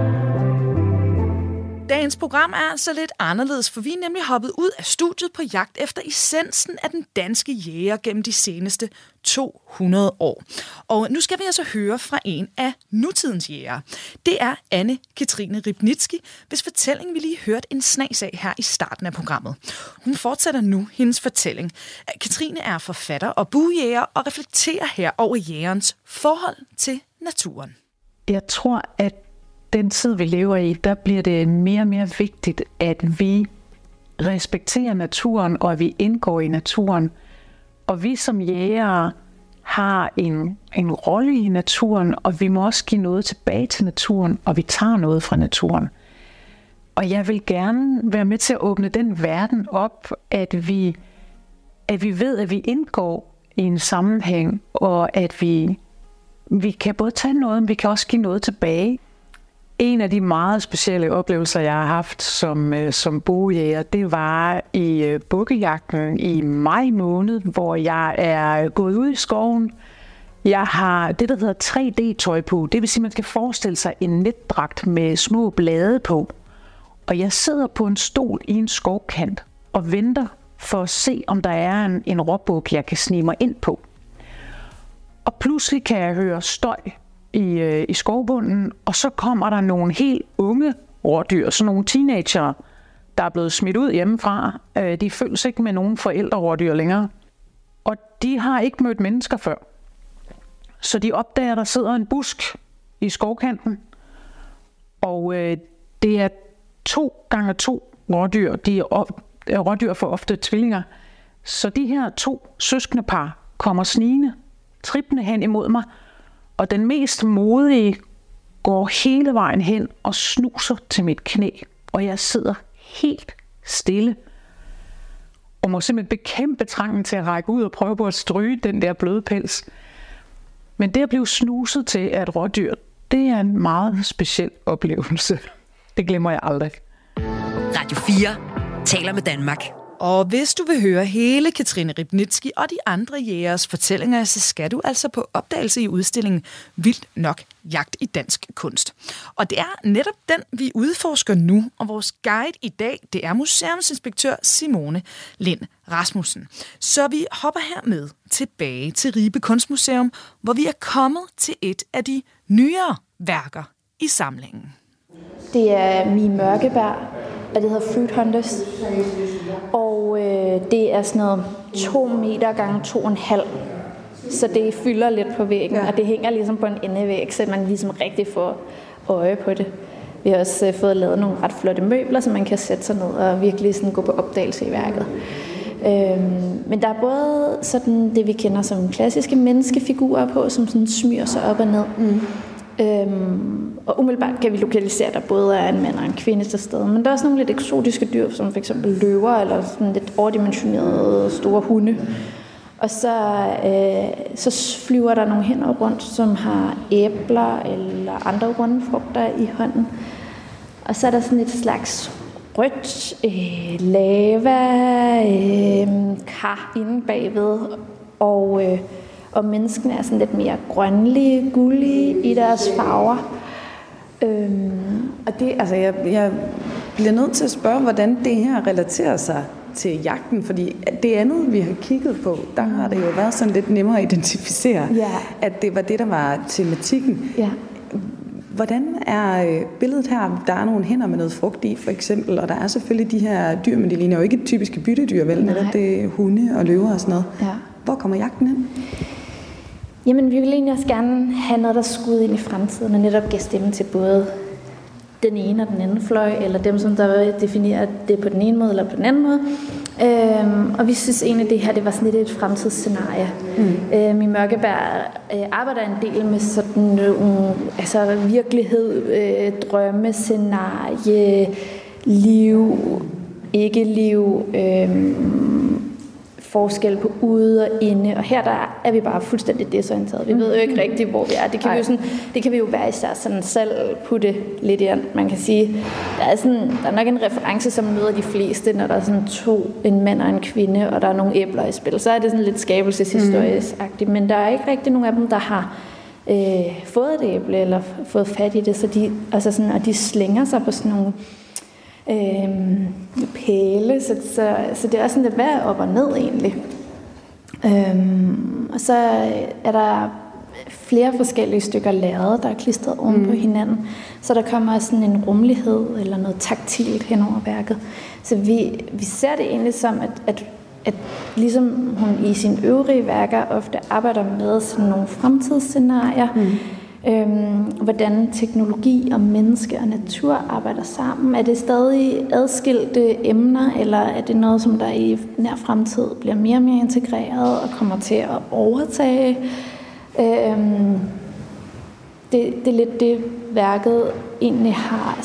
Dagens program er altså lidt anderledes, for vi er nemlig hoppet ud af studiet på jagt efter essensen af den danske jæger gennem de seneste 200 år. Og nu skal vi altså høre fra en af nutidens jægere. Det er Anne-Katrine Ribnicki, hvis fortælling vi lige hørte en snas af her i starten af programmet. Hun fortsætter nu hendes fortælling. Katrine er forfatter og buejæger og reflekterer her over jægerens forhold til naturen. Jeg tror, at den tid, vi lever i, der bliver det mere og mere vigtigt, at vi respekterer naturen, og at vi indgår i naturen. Og vi som jægere har en rolle i naturen, og vi må også give noget tilbage til naturen, og vi tager noget fra naturen. Og jeg vil gerne være med til at åbne den verden op, at vi ved, at vi indgår i en sammenhæng, og at vi kan både tage noget, men vi kan også give noget tilbage. En af de meget specielle oplevelser, jeg har haft som buejæger, det var i bukkejagten i maj måned, hvor jeg er gået ud i skoven. Jeg har det, der hedder 3D-tøj på. Det vil sige, at man skal forestille sig en netdragt med små blade på. Og jeg sidder på en stol i en skovkant og venter for at se, om der er en råbuk, jeg kan snige mig ind på. Og pludselig kan jeg høre støj i skovbunden, og så kommer der nogle helt unge rådyr, sådan nogle teenagere, der er blevet smidt ud hjemmefra. De følges ikke med nogen forældrerådyr længere. Og de har ikke mødt mennesker før. Så de opdager, at der sidder en busk i skovkanten, og det er 2x2 rådyr. Rådyr får ofte tvillinger. Så de her 2 søskendepar kommer snigende, trippende hen imod mig, og den mest modige går hele vejen hen og snuser til mit knæ, og jeg sidder helt stille og må simpelthen bekæmpe trangen til at række ud og prøve på at stryge den der bløde pels. Men det at blive snuset til af et rådyr, det er en meget speciel oplevelse. Det glemmer jeg aldrig. Radio 4 taler med Danmark. Og hvis du vil høre hele Katrine Ribnitzky og de andre jægeres fortællinger, så skal du altså på opdagelse i udstillingen Vildt nok jagt i dansk kunst. Og det er netop den, vi udforsker nu, og vores guide i dag, det er museumsinspektør Simone Lind Rasmussen. Så vi hopper hermed tilbage til Ribe Kunstmuseum, hvor vi er kommet til et af de nyere værker i samlingen. Det er Mie Mørkebær, og det hedder Fruit Hunters. Og det er sådan noget 2 meter gange 2,5. Så det fylder lidt på væggen, og det hænger ligesom på en endevæg, så man ligesom rigtig får øje på det. Vi har også fået lavet nogle ret flotte møbler, så man kan sætte sig ned og virkelig sådan gå på opdagelse i værket. Men der er både sådan det, vi kender som klassiske menneskefigurer på, som sådan smyrer sig op og ned. Og umiddelbart kan vi lokalisere, der både er en mand og en kvinde til stede. Men der er også nogle lidt eksotiske dyr, som f.eks. løver eller sådan lidt overdimensionerede store hunde. Og så flyver der nogle hænder rundt, som har æbler eller andre runde frugter i hånden. Og så er der sådan et slags rødt lava kar inde bagved. Og menneskene er sådan lidt mere grønlige, gullige i deres farver. Og det, altså jeg bliver nødt til at spørge, hvordan det her relaterer sig til jagten, fordi det andet, vi har kigget på, der har det jo været sådan lidt nemmere at identificere, at det var det, der var tematikken. Ja. Hvordan er billedet her? Der er nogle hænder med noget frugt i, for eksempel, og der er selvfølgelig de her dyr, men de ligner jo ikke typiske byttedyr, vel? Netop det er hunde og løver og sådan noget. Ja. Hvor kommer jagten ind? Jamen, vi vil egentlig også gerne have noget, der skud ind i fremtiden, og netop gav stemme til både den ene og den anden fløj, eller dem, som der definerer det på den ene måde eller på den anden måde. Og vi synes egentlig, det her det var sådan lidt et fremtidsscenarie. Mie Mørkebær arbejder en del med sådan virkelighed, drømmescenarie, liv, ikke-liv, forskel på ude og inde, og her der er vi bare fuldstændig desorienteret. Vi ved jo ikke rigtigt, hvor vi er. Det kan vi jo være især sådan selv putte lidt i. Man kan sige, der er nok en reference, som møder de fleste, når der er sådan en mand og en kvinde, og der er nogle æbler i spil. Så er det sådan lidt skabelseshistorisk-agtigt, men der er ikke rigtig nogen af dem, der har fået et æble eller fået fat i det, så de slænger sig på sådan nogle pæle, så det er også sådan lidt hvad op og ned egentlig. Og så er der flere forskellige stykker lærred, der er klistret oven på hinanden, så der kommer også sådan en rummelighed eller noget taktilt hen over værket. Så vi ser det egentlig som, at ligesom hun i sine øvrige værker ofte arbejder med sådan nogle fremtidsscenarier, hvordan teknologi og menneske og natur arbejder sammen. Er det stadig adskilte emner, eller er det noget, som der i nær fremtid bliver mere og mere integreret og kommer til at overtage? Det er lidt det, værket egentlig har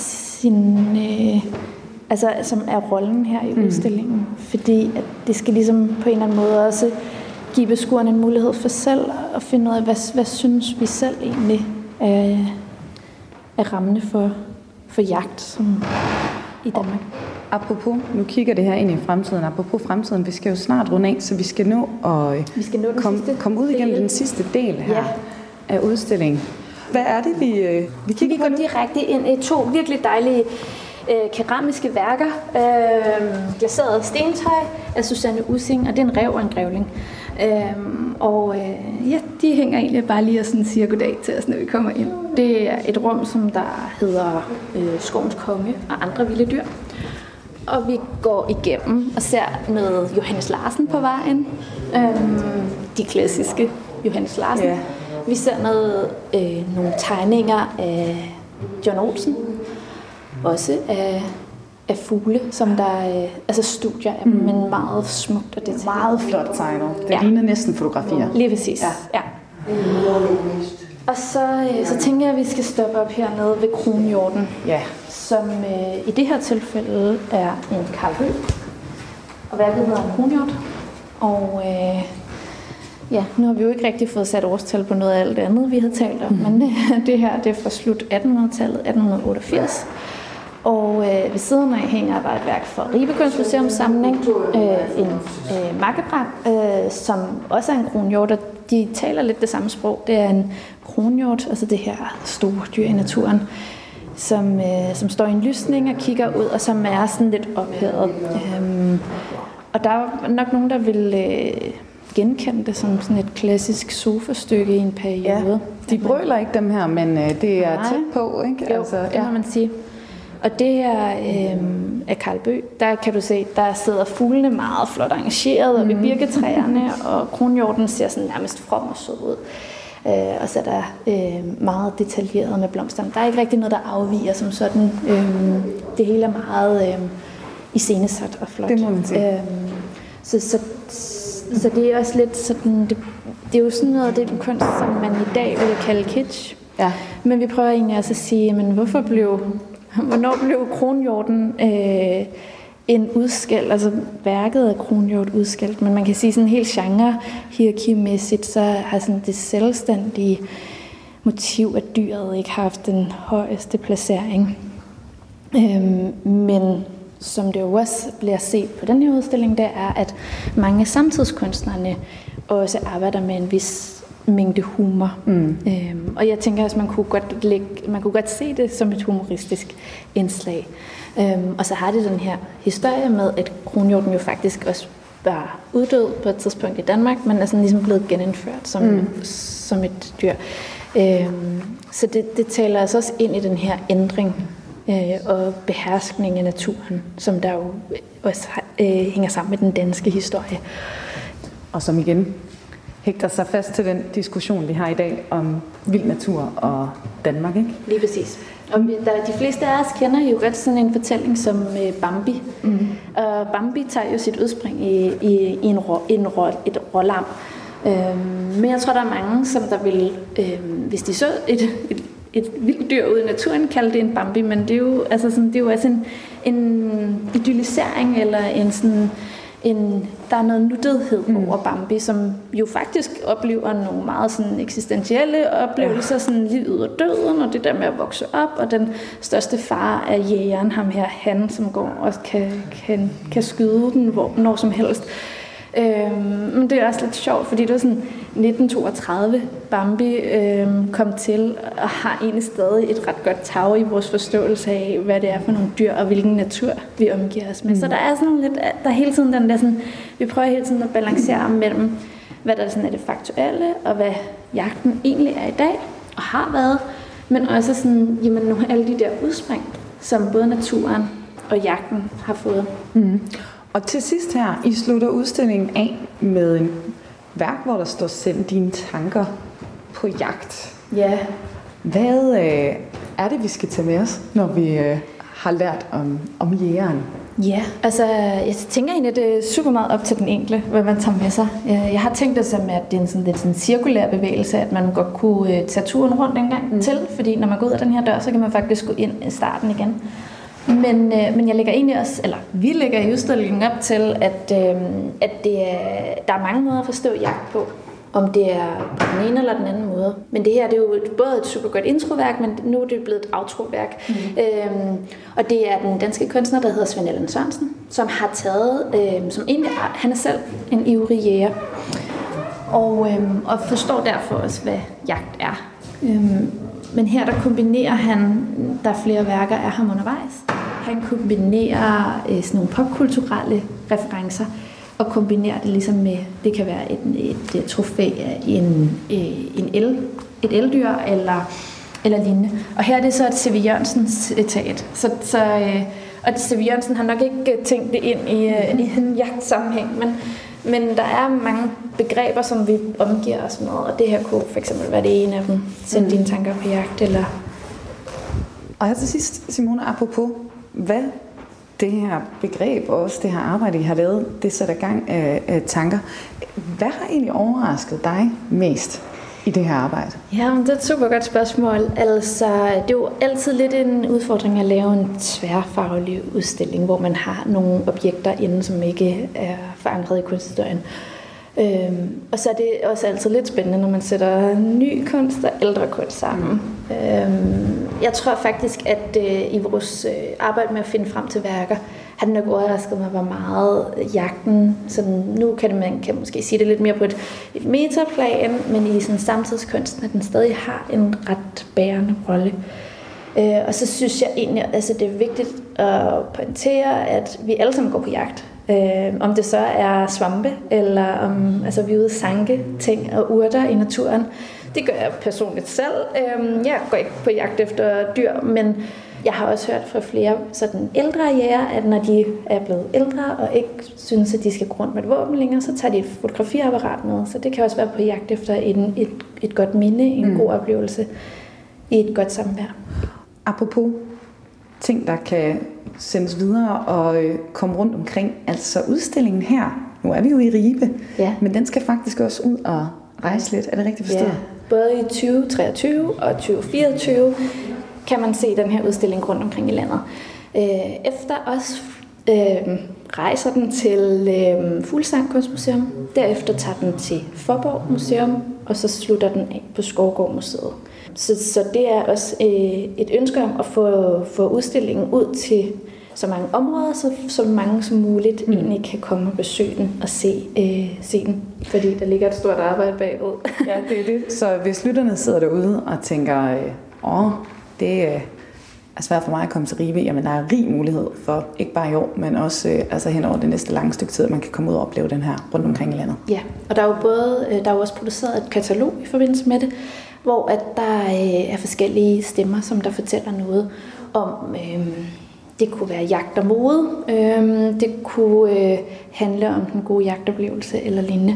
som er rollen her i udstillingen. Fordi at det skal ligesom på en eller anden måde også give beskueren en mulighed for selv at finde ud af, hvad synes vi selv egentlig rammende for jagt som i Danmark. Apropos, nu kigger det her ind i fremtiden. Apropos fremtiden, vi skal jo snart runde af, så vi skal nå at komme ud igennem den sidste del her af udstillingen. Hvad er det, vi kigger på nu? Vi går direkte ind i 2 virkelig dejlige keramiske værker, glaseret stentøj af Susanne Ussing, og det er en ræv og en grævling. De hænger egentlig bare lige og sådan siger goddag til os, når vi kommer ind. Det er et rum, som der hedder Skovens Konge og andre vilde dyr. Og vi går igennem og ser noget Johannes Larsen på vejen. De klassiske Johannes Larsen. Yeah. Vi ser nogle tegninger af John Olsen. Også af fugle, som der altså studier af dem, men meget smukt og detaljeret. Meget flot tegnet. Det ligner næsten fotografier. Lige præcis. Ja. Og så tænker jeg, at vi skal stoppe op hernede ved kronhjorten, som i det her tilfælde er en Karl Høeg. Og værket hedder en kronhjort. Og nu har vi jo ikke rigtig fået sat årstal på noget af alt det andet, vi havde talt om, men det her det er fra slut 1800-tallet, 1888. Og ved siden af hænger der et værk fra Ribe Kunstmuseums samling, en makkedrag, som også er en kronhjort, og de taler lidt det samme sprog. Det er en kronhjort, altså det her store dyr i naturen, som står i en lysning og kigger ud, og som er sådan lidt ophævet. Og der er nok nogen, der vil genkende det som sådan et klassisk sofastykke i en periode. Ja, de brøler ikke dem her, men det er tæt på, ikke? Jo, altså, det må man sige. Og det er af Carl Bøgh. Der kan du se, der sidder fuglene meget flot arrangeret og ved birketræerne, og kronhjorten ser sådan nærmest from og sød ud. Og så er der meget detaljeret med blomsterne. Der er ikke rigtig noget, der afviger som sådan. Det hele er meget iscenesat og flot. Det må man sige. Så det er også lidt sådan, det er jo sådan noget af det kunst, som man i dag vil kalde kitsch. Ja. Men vi prøver egentlig også at sige, men hvornår blev kronhjorten en udskæld, altså værket af kronhjort udskældt, men man kan sige sådan helt genre hierarkimæssigt, så har sådan det selvstændige motiv af dyret ikke haft den højeste placering. Men som det jo også bliver set på den her udstilling, det er, at mange af samtidskunstnerne også arbejder med en vis mængde humor. Og jeg tænker, at man kunne godt se det som et humoristisk indslag. Og så har det den her historie med, at kronhjorten jo faktisk også var uddød på et tidspunkt i Danmark, men er sådan ligesom blevet genindført som et dyr. Så det taler altså også ind i den her ændring og beherskning af naturen, som der jo også hænger sammen med den danske historie. Og som igen hægter sig fast til den diskussion, vi har i dag om vild natur og Danmark, ikke? Lige præcis. Og de fleste af os kender jo godt sådan en fortælling som Bambi. Og Bambi tager jo sit udspring i et rålam. Men jeg tror, der er mange, som der vil, hvis de så et vildt dyr ude i naturen, kalde det en Bambi, men det er jo, altså sådan, det er jo også en idyllisering, eller der er noget nuttethed over Bambi, som jo faktisk oplever nogle meget sådan eksistentielle oplevelser, sådan livet og døden, og det der med at vokse op, og den største far er jægeren, ham her, han, som går og kan skyde den når som helst. Men det er også lidt sjovt, fordi det var sådan 1932, Bambi kom til og har egentlig stadig et ret godt tag i vores forståelse af, hvad det er for nogle dyr og hvilken natur vi omgiver os med. Så der er sådan nogle lidt, der er hele tiden den der sådan, vi prøver hele tiden at balancere mellem, hvad der sådan er det faktuelle og hvad jagten egentlig er i dag og har været, men også sådan, jamen nogle alle de der udspring, som både naturen og jagten har fået. Og til sidst her, I slutter udstillingen af med en værk, hvor der står "Send dine tanker på jagt". Ja. Hvad er det, vi skal tage med os, når vi har lært om jægeren? Ja, altså jeg tænker egentlig, at det er super meget op til den enkelte, hvad man tager med sig. Jeg har tænkt det som, at det er sådan en cirkulær bevægelse, at man godt kunne tage turen rundt en gang til, fordi når man går ud af den her dør, så kan man faktisk gå ind i starten igen. Men jeg lægger egentlig også, eller vi lægger i udstillingen op til, at der er mange måder at forstå jagt på. om det er på den ene eller den anden måde. Men det her, det er jo både et super godt introværk, men nu er det blevet et outroværk. Og det er den danske kunstner, der hedder Svend Allan Sørensen, som har taget, som egentlig han er selv en ivrig jæger, og forstår derfor også, hvad jagt er. Men her der kombinerer han, der er flere værker af ham undervejs, han kombinerer sådan nogle popkulturelle referencer, og kombinerer det ligesom med, det kan være et trofæ af et eldyr eller lignende. Og her er det så et C.V. Jørgensen citat. Og C.V. Jørgensen har nok ikke tænkt det ind i en jagtsammenhæng, men der er mange begreber, som vi omgiver os med, og det her kunne for eksempel være det ene af dem. Send dine tanker på jagt, eller... Og her til sidst, Simone, apropos, hvad det her begreb og også det her arbejde, I har lavet, det sætter gang af tanker. Hvad har egentlig overrasket dig mest i det her arbejde? Ja, det er et super godt spørgsmål. Altså, det er jo altid lidt en udfordring at lave en tværfaglig udstilling, hvor man har nogle objekter inde, som ikke er forankret i kunsthistorien. Og så er det også altid lidt spændende, når man sætter ny kunst og ældre kunst sammen. Jeg tror faktisk, at i vores arbejde med at finde frem til værker, har det nok overrasket mig, hvor meget jagten, sådan, nu man kan måske sige det lidt mere på et metaplan, men i sådan samtidskunsten, at den stadig har en ret bærende rolle. Og så synes jeg egentlig, altså det er vigtigt at pointere, at vi alle sammen går på jagt. Om det så er svampe, eller om vi er ude at sanke ting og urter i naturen. Det gør jeg personligt selv. Jeg går ikke på jagt efter dyr, men jeg har også hørt fra flere sådan ældre jæger, at når de er blevet ældre og ikke synes, at de skal gå rundt med et våben længere, så tager de et fotografiapparat med. Så det kan også være på jagt efter et godt minde, en god oplevelse i et godt samvær. Apropos ting, der kan sendes videre og komme rundt omkring. Altså udstillingen her, nu er vi jo i Ribe, men den skal faktisk også ud og rejse lidt. Er det rigtigt forstået? Ja, både i 2023 og 2024 kan man se den her udstilling rundt omkring i landet. Efter os rejser den til Fuglsang Kunstmuseum, derefter tager den til Fåborg Museum, og så slutter den af på Skovgård Museet. Så det er også et ønske om at få udstillingen ud til så mange områder, så mange som muligt egentlig kan komme og besøge den og se den. Fordi der ligger et stort arbejde bagud. Ja, det er det. Så hvis lytterne sidder derude og tænker, det er svært for mig at komme til Ribe, jamen der er rig mulighed for, ikke bare i år, men også hen over det næste lange stykke tid, at man kan komme ud og opleve den her rundt omkring i landet. Ja, og der er jo også produceret et katalog i forbindelse med det, hvor at der er forskellige stemmer, som der fortæller noget om, det kunne være jagt og mode, det kunne handle om den gode jagtoplevelse eller lignende,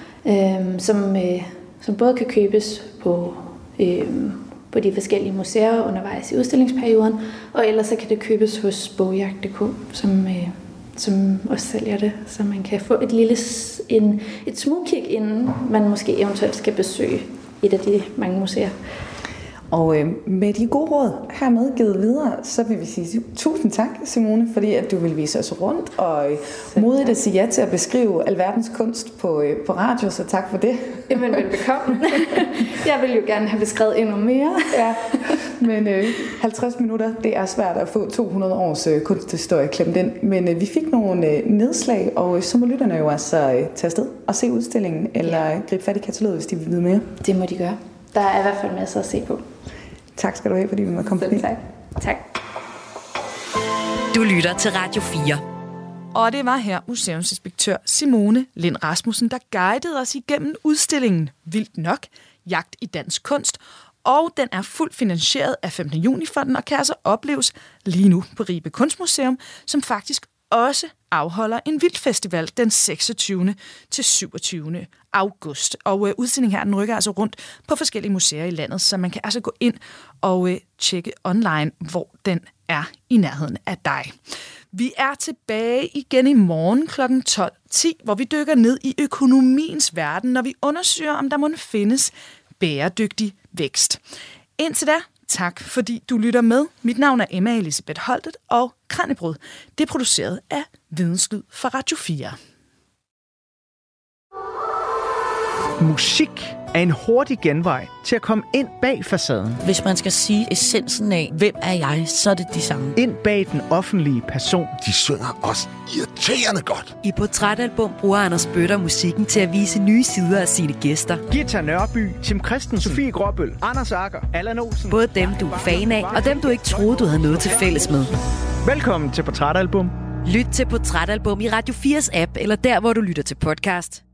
som både kan købes på de forskellige museer undervejs i udstillingsperioden, og ellers så kan det købes hos bogjagt.dk, som også sælger det, så man kan få et smugkig, inden man måske eventuelt skal besøge et af de mange museer. Og med de gode råd hermed givet videre, så vil vi sige tusind tak, Simone, fordi at du vil vise os rundt og modigt at sige ja til at beskrive alverdens kunst på radio, så tak for det. Jamen velbekomme. Jeg vil jo gerne have beskrevet endnu mere. Ja, men 50 minutter, det er svært at få 200 års kunsthistorie klemt ind, men vi fik nogle nedslag, og så må lytterne jo altså tage afsted og se udstillingen, eller gribe fat i kataloget, hvis de vil vide mere. Det må de gøre. Der er i hvert fald masser at se på. Tak skal du have, fordi vi måtte komme forbi. Tak. Du lytter til Radio 4. Og det var her museumsinspektør Simone Lind Rasmussen, der guidede os igennem udstillingen Vildt nok, jagt i dansk kunst. Og den er fuldt finansieret af 15. juni-fonden og kan altså opleves lige nu på Ribe Kunstmuseum, som faktisk også afholder en vildfestival den 26. til 27. august. Og udstillingen her, den rykker altså rundt på forskellige museer i landet, så man kan altså gå ind og tjekke online, hvor den er i nærheden af dig. Vi er tilbage igen i morgen kl. 12.10, hvor vi dykker ned i økonomiens verden, når vi undersøger, om der må findes bæredygtig vækst. Indtil da, tak fordi du lytter med. Mit navn er Emma Elisabeth Holtet, og Kraniebrud, det er produceret af Videnslyd for Radio 4. Musik er en hurtig genvej til at komme ind bag facaden. Hvis man skal sige essensen af, hvem er jeg, så er det de samme. Ind bag den offentlige person. De synger også irriterende godt. I Portrætalbum bruger Anders Bøtter musikken til at vise nye sider af sine gæster. Gita Nørby, Tim Christensen, Sofie Gråbøl, Anders Agger, Allan Olsen. Både dem, du er fan af, og dem, du ikke troede, du havde noget til fælles med. Velkommen til Portrætalbum. Lyt til Portrætalbum i Radio 4's app, eller der, hvor du lytter til podcast.